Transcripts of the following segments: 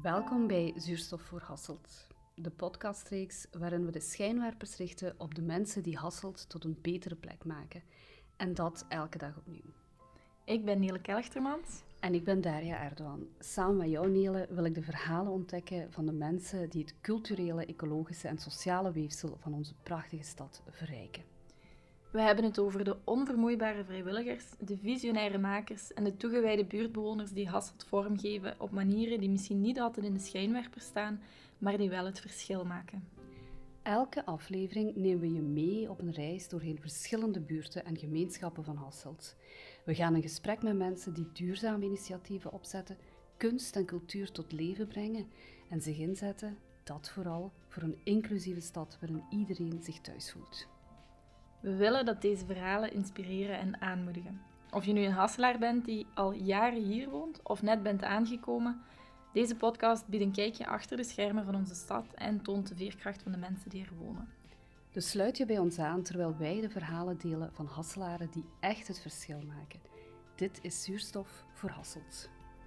Welkom bij Zuurstof voor Hasselt, de podcastreeks waarin we de schijnwerpers richten op de mensen die Hasselt tot een betere plek maken. En dat elke dag opnieuw. Ik ben Nele Kelchtermans. En ik ben Daria Erdogan. Samen met jou, Nele, wil ik de verhalen ontdekken van de mensen die het culturele, ecologische en sociale weefsel van onze prachtige stad verrijken. We hebben het over de onvermoeibare vrijwilligers, de visionaire makers en de toegewijde buurtbewoners die Hasselt vormgeven op manieren die misschien niet altijd in de schijnwerper staan, maar die wel het verschil maken. Elke aflevering nemen we je mee op een reis doorheen verschillende buurten en gemeenschappen van Hasselt. We gaan in gesprek met mensen die duurzame initiatieven opzetten, kunst en cultuur tot leven brengen en zich inzetten, dat vooral, voor een inclusieve stad waarin iedereen zich thuis voelt. We willen dat deze verhalen inspireren en aanmoedigen. Of je nu een Hasselaar bent die al jaren hier woont of net bent aangekomen, deze podcast biedt een kijkje achter de schermen van onze stad en toont de veerkracht van de mensen die er wonen. Dus sluit je bij ons aan terwijl wij de verhalen delen van Hasselaren die echt het verschil maken. Dit is Zuurstof voor Hasselt.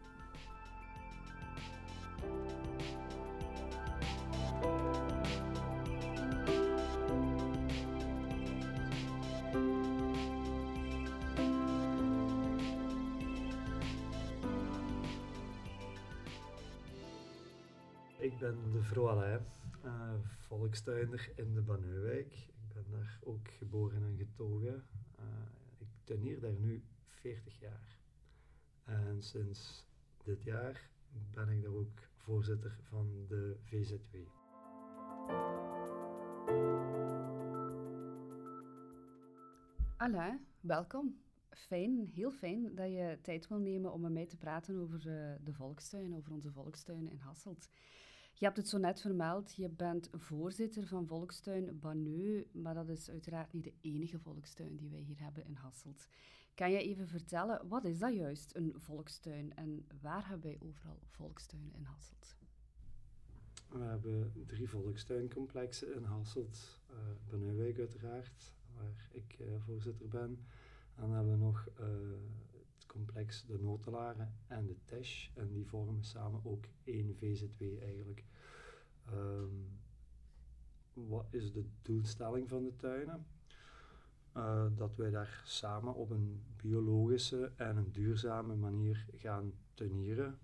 Ik ben de Alain, volkstuinder in de Banneuwijk. Ik ben daar ook geboren en getogen. Ik tuinier daar nu 40 jaar. En sinds dit jaar ben ik daar ook voorzitter van de VZW. Alain, welkom. Fijn, heel fijn dat je tijd wil nemen om met mij te praten over de volkstuin, over onze volkstuin in Hasselt. Je hebt het zo net vermeld, je bent voorzitter van volkstuin Banneu, maar dat is uiteraard niet de enige volkstuin die wij hier hebben in Hasselt. Kan je even vertellen, wat is dat juist, een volkstuin, en waar hebben wij overal volkstuinen in Hasselt? We hebben 3 volkstuincomplexen in Hasselt, Banneuwijk uiteraard, waar ik voorzitter ben. En dan hebben we nog het complex De Notelaren en de Tesch. En die vormen samen ook één VZW eigenlijk. Wat is de doelstelling van de tuinen? Dat wij daar samen op een biologische en een duurzame manier gaan tuinieren.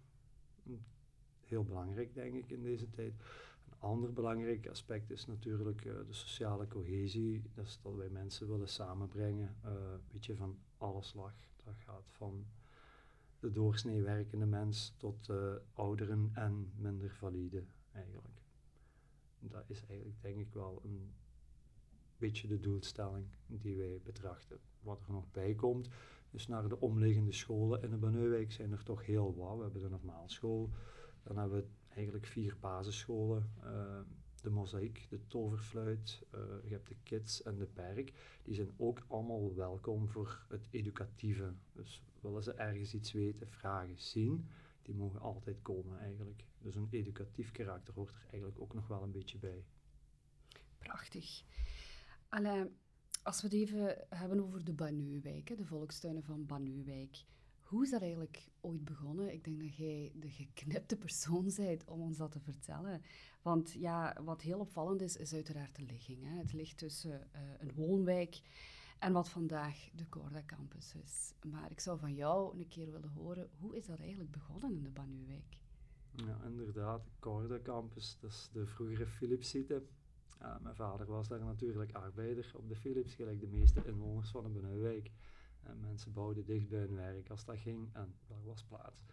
Heel belangrijk, denk ik, in deze tijd. Een ander belangrijk aspect is natuurlijk de sociale cohesie. Dat is dat wij mensen willen samenbrengen, een beetje van alle slag. Dat gaat van de doorsnee werkende mens tot ouderen en minder valide eigenlijk. Dat is eigenlijk, denk ik, wel een beetje de doelstelling die wij betrachten. Wat er nog bij komt, dus naar de omliggende scholen in de Banneuwijk zijn er toch heel wat. We hebben de normaalschool, dan hebben we eigenlijk 4 basisscholen, de Mozaïek, de Toverfluit, je hebt de Kids en de Perk. Die zijn ook allemaal welkom voor het educatieve. Dus willen ze ergens iets weten, vragen, zien, die mogen altijd komen eigenlijk. Dus een educatief karakter hoort er eigenlijk ook nog wel een beetje bij. Prachtig. Alain, als we het even hebben over de Banneuwijk, de volkstuinen van Banneuwijk. Hoe is dat eigenlijk ooit begonnen? Ik denk dat jij de geknipte persoon bent om ons dat te vertellen. Want ja, wat heel opvallend is uiteraard de ligging. Hè. Het ligt tussen een woonwijk en wat vandaag de Corda Campus is. Maar ik zou van jou een keer willen horen, hoe is dat eigenlijk begonnen in de Banneuwijk? Ja, inderdaad, de Corda Campus, dat is de vroegere Philipsite. Mijn vader was daar natuurlijk arbeider op de Philips, gelijk de meeste inwoners van de Banneuwijk. En mensen bouwden dicht bij hun werk als dat ging en daar was plaats.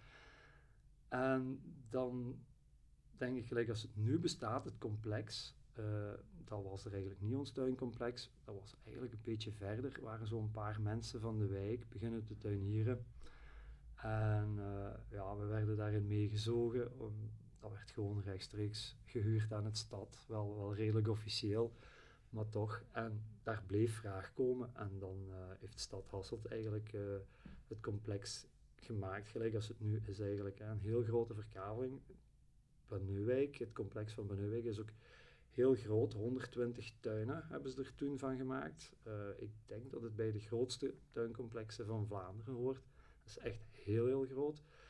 En dan denk ik, gelijk als het nu bestaat, het complex, dat was er eigenlijk niet ons tuincomplex. Dat was eigenlijk een beetje verder. Er waren zo'n paar mensen van de wijk beginnen te tuinieren. En we werden daarin meegezogen. Dat werd gewoon rechtstreeks gehuurd aan het stad. Wel redelijk officieel, maar toch. En daar bleef vraag komen. En dan heeft Stad Hasselt eigenlijk het complex gemaakt, gelijk als het nu is eigenlijk. Een heel grote verkaveling. Banneuwijk, het complex van Banneuwijk is ook heel groot. 120 tuinen hebben ze er toen van gemaakt. Ik denk dat het bij de grootste tuincomplexen van Vlaanderen hoort. Dat is echt heel, heel groot.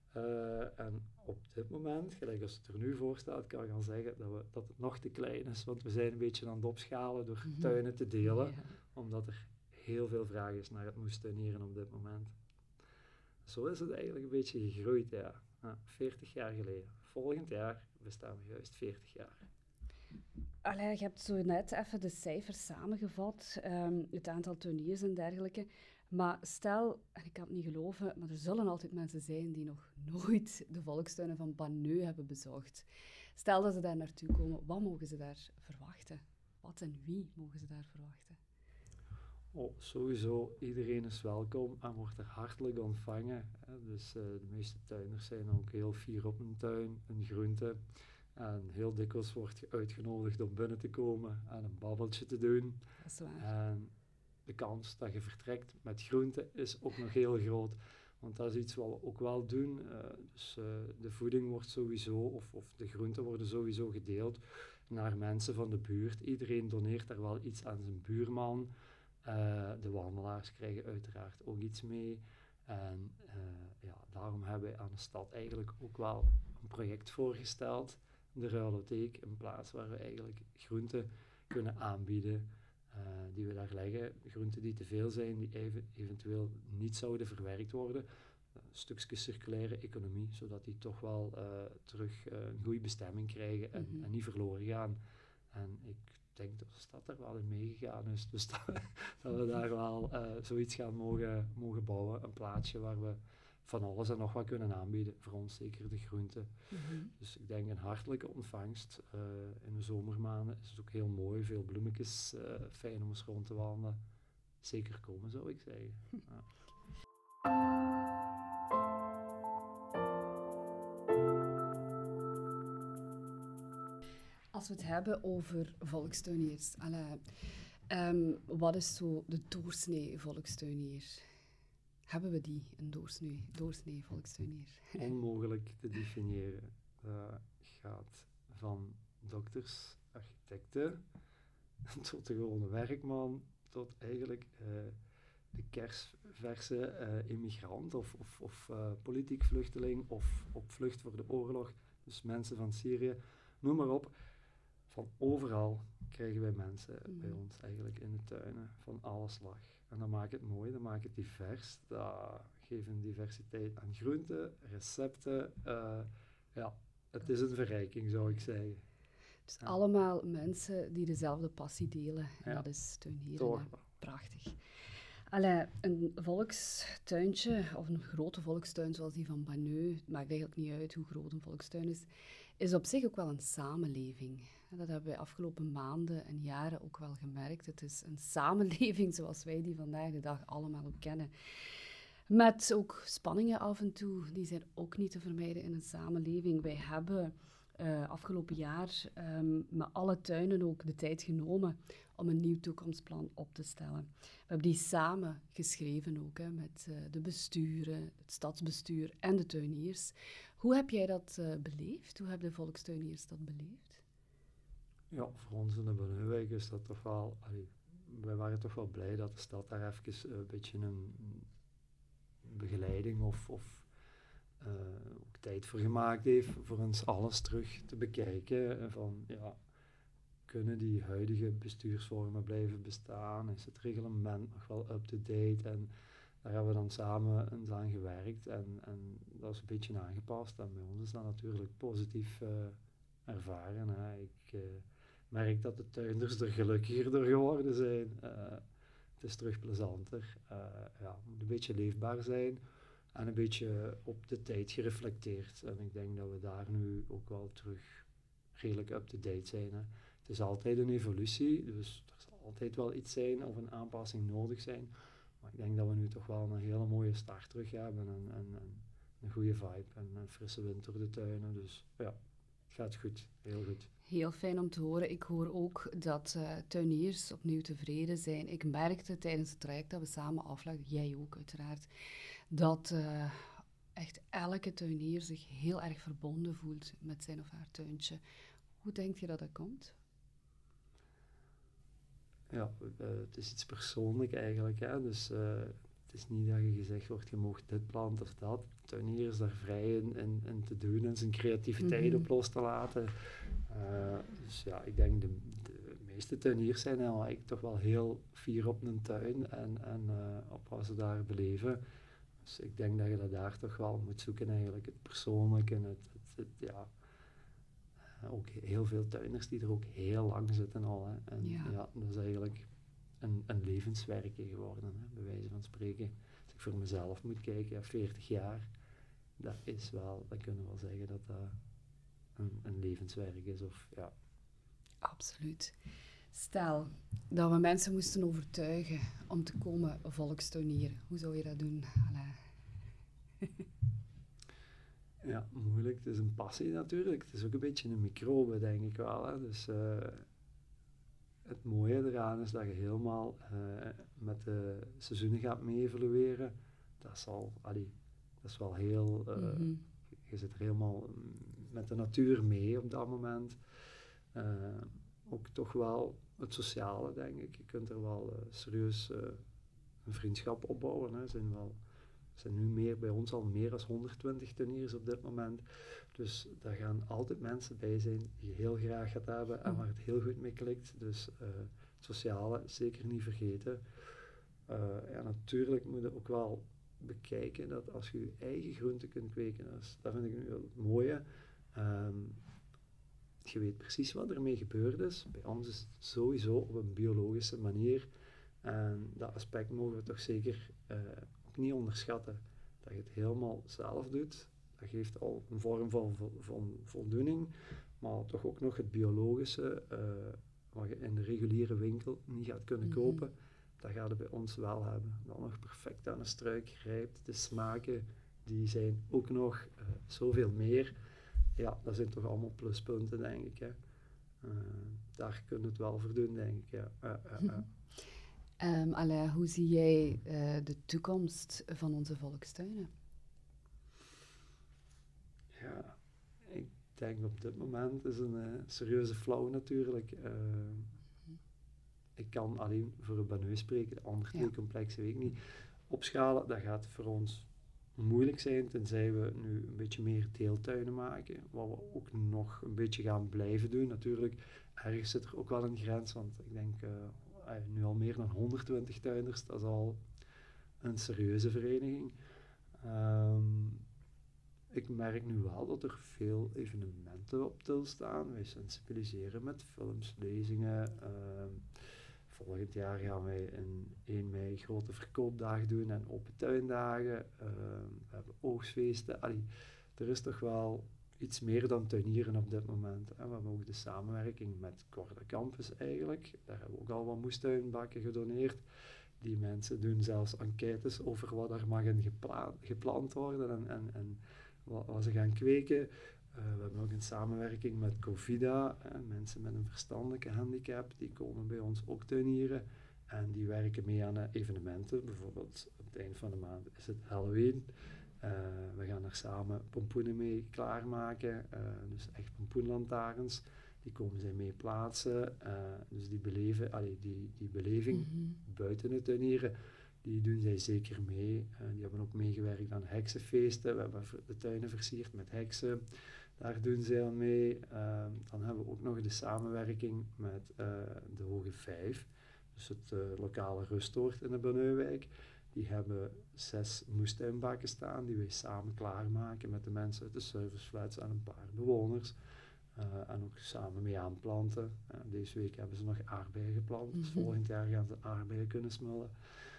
En op dit moment, gelijk als het er nu voor staat, kan ik al zeggen dat het nog te klein is. Want we zijn een beetje aan het opschalen door tuinen te delen. Ja. Omdat er heel veel vraag is naar het moestuinieren op dit moment. Zo is het eigenlijk een beetje gegroeid, ja. 40 jaar geleden. Volgend jaar bestaan we juist 40 jaar. Allee, je hebt zo net even de cijfers samengevat, het aantal tuiniers en dergelijke. Maar stel, en ik kan het niet geloven, maar er zullen altijd mensen zijn die nog nooit de volkstuinen van Banneux hebben bezocht. Stel dat ze daar naartoe komen, wat mogen ze daar verwachten? Wat en wie mogen ze daar verwachten? Sowieso, iedereen is welkom en wordt er hartelijk ontvangen. Hè. Dus de meeste tuinders zijn ook heel fier op hun tuin, hun groente. En heel dikwijls wordt je uitgenodigd om binnen te komen en een babbeltje te doen. Dat is waar. En de kans dat je vertrekt met groente is ook nog heel groot. Want dat is iets wat we ook wel doen. De voeding wordt sowieso, of de groenten worden sowieso gedeeld naar mensen van de buurt. Iedereen doneert daar wel iets aan zijn buurman. De wandelaars krijgen uiteraard ook iets mee. En daarom hebben wij aan de stad eigenlijk ook wel een project voorgesteld. De Ruilotheek, een plaats waar we eigenlijk groenten kunnen aanbieden. Die we daar leggen. Groenten die te veel zijn, die eventueel niet zouden verwerkt worden. Stukjes circulaire economie, zodat die toch wel terug een goede bestemming krijgen en niet verloren gaan. En ik denk dat de stad er wel in meegegaan is. Dus dat we daar wel zoiets gaan mogen bouwen. Een plaatsje waar we van alles en nog wat kunnen aanbieden. Voor ons zeker de groenten. Dus ik denk een hartelijke ontvangst. In de zomermaanden is het ook heel mooi. Veel bloemetjes. Fijn om eens rond te wandelen. Zeker komen, zou ik zeggen. Ja. Als we het hebben over volkstuiniers, wat is zo de doorsnee volkstuinier? Hebben we die, een doorsnee volkstuinier? Onmogelijk te definiëren. Dat gaat van dokters, architecten, tot de gewone werkman, tot eigenlijk de kersverse immigrant of politiek vluchteling of op vlucht voor de oorlog. Dus mensen van Syrië, noem maar op. Van overal krijgen wij mensen bij ons eigenlijk in de tuinen, van alle slag. En dat maakt het mooi, dat maakt het divers, dat geeft een diversiteit aan groenten, recepten. Het is een verrijking, zou ik zeggen. Dus allemaal mensen die dezelfde passie delen. En dat is tuinieren. Toch. Prachtig. Een volkstuintje, of een grote volkstuin zoals die van Banneux, het maakt eigenlijk niet uit hoe groot een volkstuin is op zich ook wel een samenleving. Dat hebben wij afgelopen maanden en jaren ook wel gemerkt. Het is een samenleving zoals wij die vandaag de dag allemaal ook kennen. Met ook spanningen af en toe, die zijn ook niet te vermijden in een samenleving. Wij hebben afgelopen jaar met alle tuinen ook de tijd genomen om een nieuw toekomstplan op te stellen. We hebben die samen geschreven ook, met de besturen, het stadsbestuur en de tuiniers. Hoe heb jij dat beleefd? Hoe hebben de volkstuiniers dat beleefd? Ja, voor ons in de Banneuwwijk is dat toch wel... wij waren toch wel blij dat de stad daar even een beetje een begeleiding of ook tijd voor gemaakt heeft, voor ons alles terug te bekijken. En van, kunnen die huidige bestuursvormen blijven bestaan? Is het reglement nog wel up-to-date? En daar hebben we dan samen eens aan gewerkt en dat is een beetje aangepast. En bij ons is dat natuurlijk positief ervaren. Hè. Ik merk dat de tuinders er gelukkiger door geworden zijn. Het is terug plezanter. Het moet een beetje leefbaar zijn. En een beetje op de tijd gereflecteerd. En ik denk dat we daar nu ook wel terug redelijk up-to-date zijn. Hè. Het is altijd een evolutie, dus er zal altijd wel iets zijn of een aanpassing nodig zijn. Maar ik denk dat we nu toch wel een hele mooie start terug hebben en een goede vibe en een frisse wind door de tuinen. Dus ja, het gaat goed, heel goed. Heel fijn om te horen. Ik hoor ook dat tuiniers opnieuw tevreden zijn. Ik merkte tijdens het traject dat we samen aflegden, jij ook uiteraard, dat echt elke tuinier zich heel erg verbonden voelt met zijn of haar tuintje. Hoe denk je dat dat komt? Ja, het is iets persoonlijk eigenlijk. Hè? Dus het is niet dat je gezegd wordt, je mag dit planten of dat. De tuinier is daar vrij in te doen en zijn creativiteit op los te laten. Dus ja, ik denk de meeste tuiniers zijn eigenlijk toch wel heel fier op een tuin en op wat ze daar beleven. Dus ik denk dat je dat daar toch wel moet zoeken eigenlijk, het persoonlijke en ja, ook heel veel tuiners die er ook heel lang zitten al. Hè. En ja, dat is eigenlijk een levenswerkje geworden, hè, bij wijze van spreken. Als ik voor mezelf moet kijken, ja, 40 jaar, dat kunnen we wel zeggen dat dat een levenswerk is. Of, ja. Absoluut. Stel dat we mensen moesten overtuigen om te komen volkstuinieren. Hoe zou je dat doen? Ja, moeilijk. Het is een passie natuurlijk. Het is ook een beetje een microbe, denk ik wel. Hè. Dus het mooie eraan is dat je helemaal met de seizoenen gaat mee evolueren. Dat is wel heel... Je zit er helemaal met de natuur mee op dat moment. Ook toch wel het sociale, denk ik. Je kunt er wel serieus een vriendschap opbouwen. Hè. Er zijn nu bij ons al meer dan 120 tuiniers op dit moment. Dus daar gaan altijd mensen bij zijn die je heel graag gaat hebben en waar het heel goed mee klikt. Dus het sociale zeker niet vergeten. Ja, natuurlijk moet je ook wel bekijken dat als je je eigen groenten kunt kweken, dat vind ik nu wel het mooie. Je weet precies wat ermee gebeurd is. Bij ons is het sowieso op een biologische manier. En dat aspect mogen we toch zeker ook niet onderschatten. Dat je het helemaal zelf doet, dat geeft al een vorm van voldoening. Maar toch ook nog het biologische, wat je in de reguliere winkel niet gaat kunnen kopen. Dat gaat het bij ons wel hebben. Dan nog perfect aan een struik rijpt. De smaken, die zijn ook nog zoveel meer. Ja, dat zijn toch allemaal pluspunten, denk ik. Hè. Daar kun je het wel voor doen, denk ik. Ja. Hoe zie jij de toekomst van onze volkstuinen? Ja, ik denk op dit moment is een serieuze flow natuurlijk. Ik kan alleen voor een Baneu spreken, de andere twee complexen weet ik niet. Opschalen, dat gaat voor ons moeilijk zijn, tenzij we nu een beetje meer deeltuinen maken, wat we ook nog een beetje gaan blijven doen. Natuurlijk, ergens zit er ook wel een grens, want ik denk nu al meer dan 120 tuinders, dat is al een serieuze vereniging. Ik merk nu wel dat er veel evenementen op til staan. Wij sensibiliseren met films, lezingen. Volgend jaar gaan wij in 1 mei grote verkoopdagen doen en open tuindagen. We hebben oogstfeesten. Er is toch wel iets meer dan tuinieren op dit moment. En we hebben ook de samenwerking met Corda Campus eigenlijk. Daar hebben we ook al wat moestuinbakken gedoneerd. Die mensen doen zelfs enquêtes over wat er mag in geplant worden en wat ze gaan kweken. We hebben ook een samenwerking met Covida. Mensen met een verstandelijke handicap, die komen bij ons ook tuinieren. En die werken mee aan evenementen. Bijvoorbeeld op het eind van de maand is het Halloween. We gaan er samen pompoenen mee klaarmaken. Dus echt pompoenlantaarns. Die komen zij mee plaatsen. Dus die beleving buiten het tuinieren, die doen zij zeker mee. Die hebben ook meegewerkt aan heksenfeesten. We hebben de tuinen versierd met heksen. Daar doen zij aan mee. Dan hebben we ook nog de samenwerking met de Hoge Vijf. Dus het lokale rustoord in de Baneuwijk. Die hebben 6 moestuinbakken staan die wij samen klaarmaken met de mensen uit de serviceflats en een paar bewoners. En ook samen mee aanplanten. Deze week hebben ze nog aardbeien geplant. Dus volgend jaar gaan ze aardbeien kunnen smullen.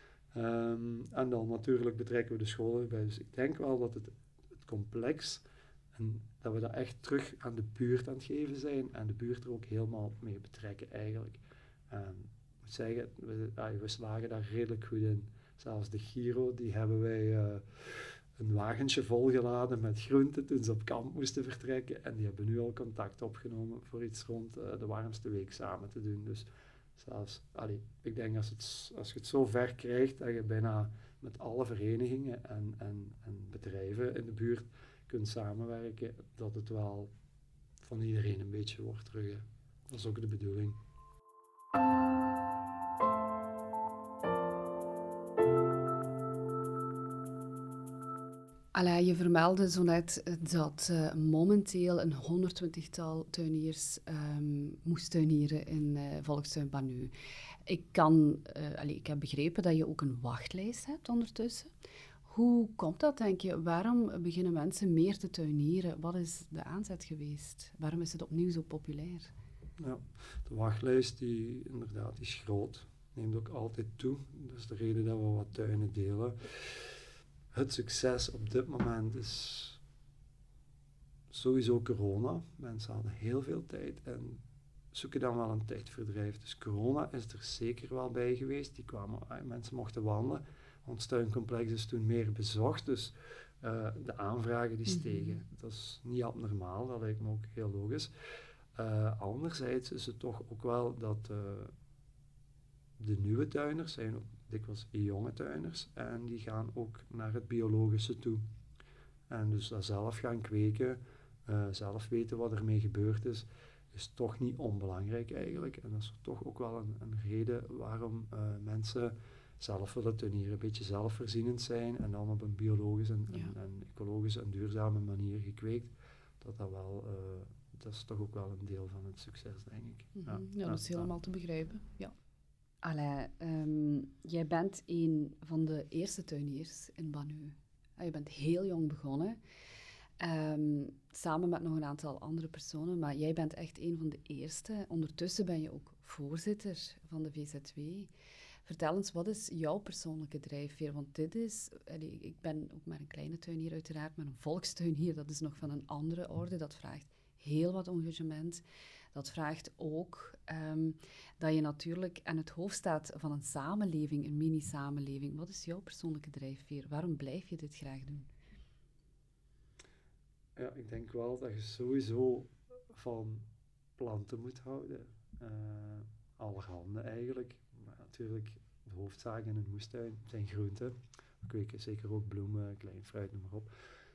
En dan natuurlijk betrekken we de scholen bij. Dus ik denk wel dat het complex, en dat we dat echt terug aan de buurt aan het geven zijn en de buurt er ook helemaal mee betrekken eigenlijk. Ik moet zeggen, we slagen daar redelijk goed in. Zelfs de Giro, die hebben wij een wagentje volgeladen met groenten toen ze op kamp moesten vertrekken. En die hebben nu al contact opgenomen voor iets rond de warmste week samen te doen. Dus zelfs, ik denk als je het zo ver krijgt dat je bijna met alle verenigingen en bedrijven in de buurt kunt samenwerken, dat het wel van iedereen een beetje wordt terug. Hè. Dat is ook de bedoeling. Allee, je vermeldde zo net dat momenteel een 120-tal tuiniers moest tuinieren in Volkstuin Banu. Ik heb begrepen dat je ook een wachtlijst hebt ondertussen. Hoe komt dat, denk je? Waarom beginnen mensen meer te tuinieren? Wat is de aanzet geweest? Waarom is het opnieuw zo populair? Ja, de wachtlijst die is groot, neemt ook altijd toe. Dat is de reden dat we wat tuinen delen. Het succes op dit moment is sowieso corona. Mensen hadden heel veel tijd en zoeken dan wel een tijdverdrijf. Dus corona is er zeker wel bij geweest. Mensen mochten wandelen. Ons tuincomplex is toen meer bezocht, dus de aanvragen die stegen. Dat is niet abnormaal, dat lijkt me ook heel logisch. Anderzijds is het toch ook wel dat de nieuwe tuiners zijn ook dikwijls jonge tuiners en die gaan ook naar het biologische toe. En dus dat zelf gaan kweken, zelf weten wat ermee gebeurd is toch niet onbelangrijk eigenlijk. En dat is toch ook wel een reden waarom mensen zelf willen tuinieren, een beetje zelfvoorzienend zijn en dan op een biologische en ecologische en duurzame manier gekweekt. Dat is toch ook wel een deel van het succes, denk ik. Dat is helemaal te begrijpen. Ja. Allee, jij bent een van de eerste tuiniers in Banu. Je bent heel jong begonnen, samen met nog een aantal andere personen, maar jij bent echt een van de eerste. Ondertussen ben je ook voorzitter van de VZW. Vertel eens, wat is jouw persoonlijke drijfveer? Want ik ben ook maar een kleine tuinier uiteraard, maar een volkstuinier, dat is nog van een andere orde. Dat vraagt heel wat engagement. Dat vraagt ook dat je natuurlijk aan het hoofd staat van een samenleving, een mini-samenleving. Wat is jouw persoonlijke drijfveer? Waarom blijf je dit graag doen? Ja, ik denk wel dat je sowieso van planten moet houden. Allerhande eigenlijk. Maar natuurlijk, de hoofdzaak in een moestuin zijn groenten. We kweken zeker ook bloemen, klein fruit, noem maar op.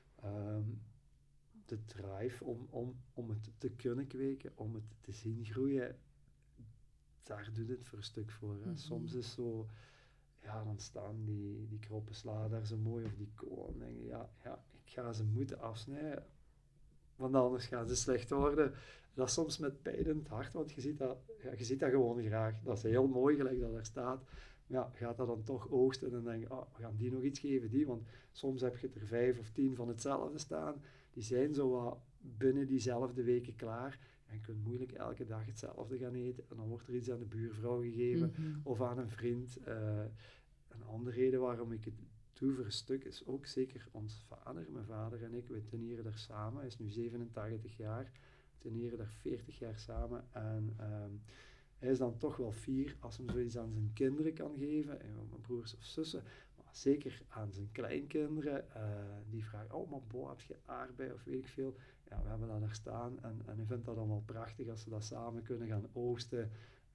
De drive om het te kunnen kweken, om het te zien groeien, daar doet het voor een stuk voor. Hè. Soms is zo, dan staan die kroppen sla daar zo mooi, of die kool, en denk je, ik ga ze moeten afsnijden, want anders gaan ze slecht worden. Dat is soms met pijn in het hart, want je ziet dat gewoon graag. Dat is heel mooi, gelijk dat er staat. Ja, gaat dat dan toch oogsten en dan denk je, we gaan die nog iets geven, want soms heb je er 5 of 10 van hetzelfde staan. Die zijn zo wat binnen diezelfde weken klaar. En je kunt moeilijk elke dag hetzelfde gaan eten. En dan wordt er iets aan de buurvrouw gegeven of aan een vriend. Een andere reden waarom ik het doe voor een stuk is ook zeker ons vader. Mijn vader en ik, we tuinieren daar samen. Hij is nu 87 jaar. We tuinieren daar 40 jaar samen. En hij is dan toch wel fier als hij zoiets aan zijn kinderen kan geven. En mijn broers of zussen. Zeker aan zijn kleinkinderen, die vragen, maar Bo, heb je aardbei of weet ik veel. Ja, we hebben dat er staan en hij vindt dat allemaal prachtig als ze dat samen kunnen gaan oogsten.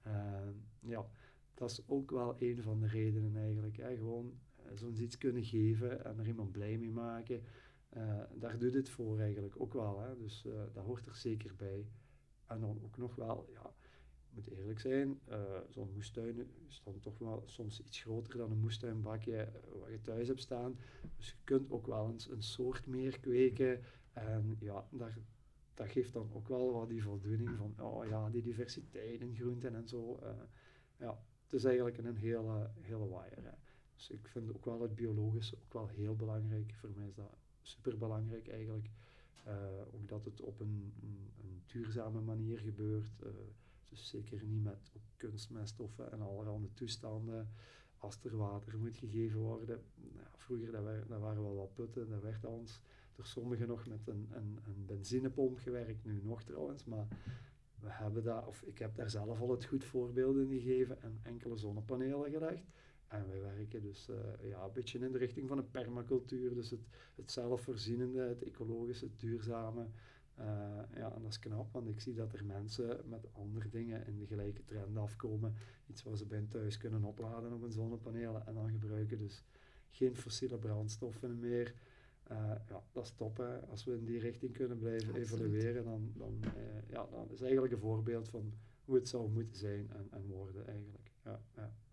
Dat is ook wel een van de redenen eigenlijk. Hè. Gewoon zo'n iets kunnen geven en er iemand blij mee maken. Daar doet het voor eigenlijk ook wel. Hè. Dus dat hoort er zeker bij. En dan ook nog wel, ik moet eerlijk zijn, zo'n moestuin is dan toch wel soms iets groter dan een moestuinbakje wat je thuis hebt staan. Dus je kunt ook wel eens een soort meer kweken. En dat geeft dan ook wel wat die voldoening van, die diversiteit in groenten en zo. Het is eigenlijk een hele waaier. Hè. Dus ik vind ook wel het biologische ook wel heel belangrijk. Voor mij is dat super belangrijk eigenlijk. Ook dat het op een duurzame manier gebeurt. Dus zeker niet met kunstmeststoffen en allerhande toestanden. Als er water moet gegeven worden. Vroeger dat waren wel wat putten. Dat werd ons door sommigen nog met een benzinepomp gewerkt. Nu nog trouwens. Maar we hebben ik heb daar zelf al het goed voorbeeld in gegeven. En enkele zonnepanelen gelegd. En wij werken dus een beetje in de richting van een permacultuur. Dus het zelfvoorzienende, het ecologische, het duurzame. En dat is knap, want ik zie dat er mensen met andere dingen in de gelijke trend afkomen. Iets wat ze bij hun thuis kunnen opladen op hun zonnepanelen en dan gebruiken. Dus geen fossiele brandstoffen meer. Dat is top. Hè. Als we in die richting kunnen blijven evolueren, dan is eigenlijk een voorbeeld van hoe het zou moeten zijn en worden eigenlijk.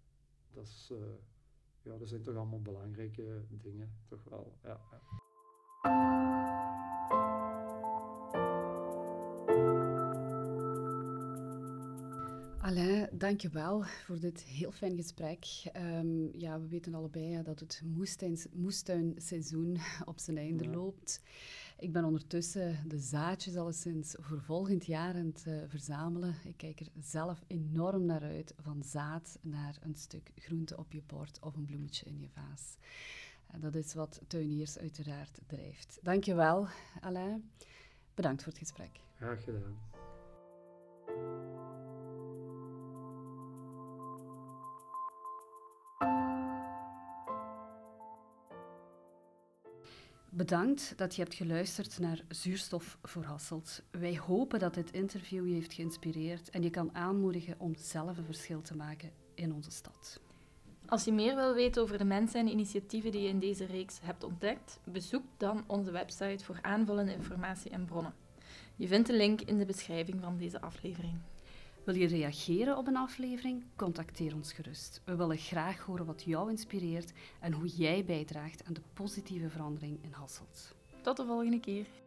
Dat zijn toch allemaal belangrijke dingen, toch wel. Ja. Dankjewel voor dit heel fijn gesprek. Ja, we weten allebei dat het moestuinseizoen op zijn einde loopt. Ik ben ondertussen de zaadjes alleszins voor volgend jaar aan het verzamelen. Ik kijk er zelf enorm naar uit, van zaad naar een stuk groente op je bord of een bloemetje in je vaas. Dat is wat tuiniers uiteraard drijft. Dankjewel, Alain. Bedankt voor het gesprek. Graag gedaan. Bedankt dat je hebt geluisterd naar Zuurstof voor Hasselt. Wij hopen dat dit interview je heeft geïnspireerd en je kan aanmoedigen om zelf een verschil te maken in onze stad. Als je meer wil weten over de mensen en initiatieven die je in deze reeks hebt ontdekt, bezoek dan onze website voor aanvullende informatie en bronnen. Je vindt de link in de beschrijving van deze aflevering. Wil je reageren op een aflevering? Contacteer ons gerust. We willen graag horen wat jou inspireert en hoe jij bijdraagt aan de positieve verandering in Hasselt. Tot de volgende keer.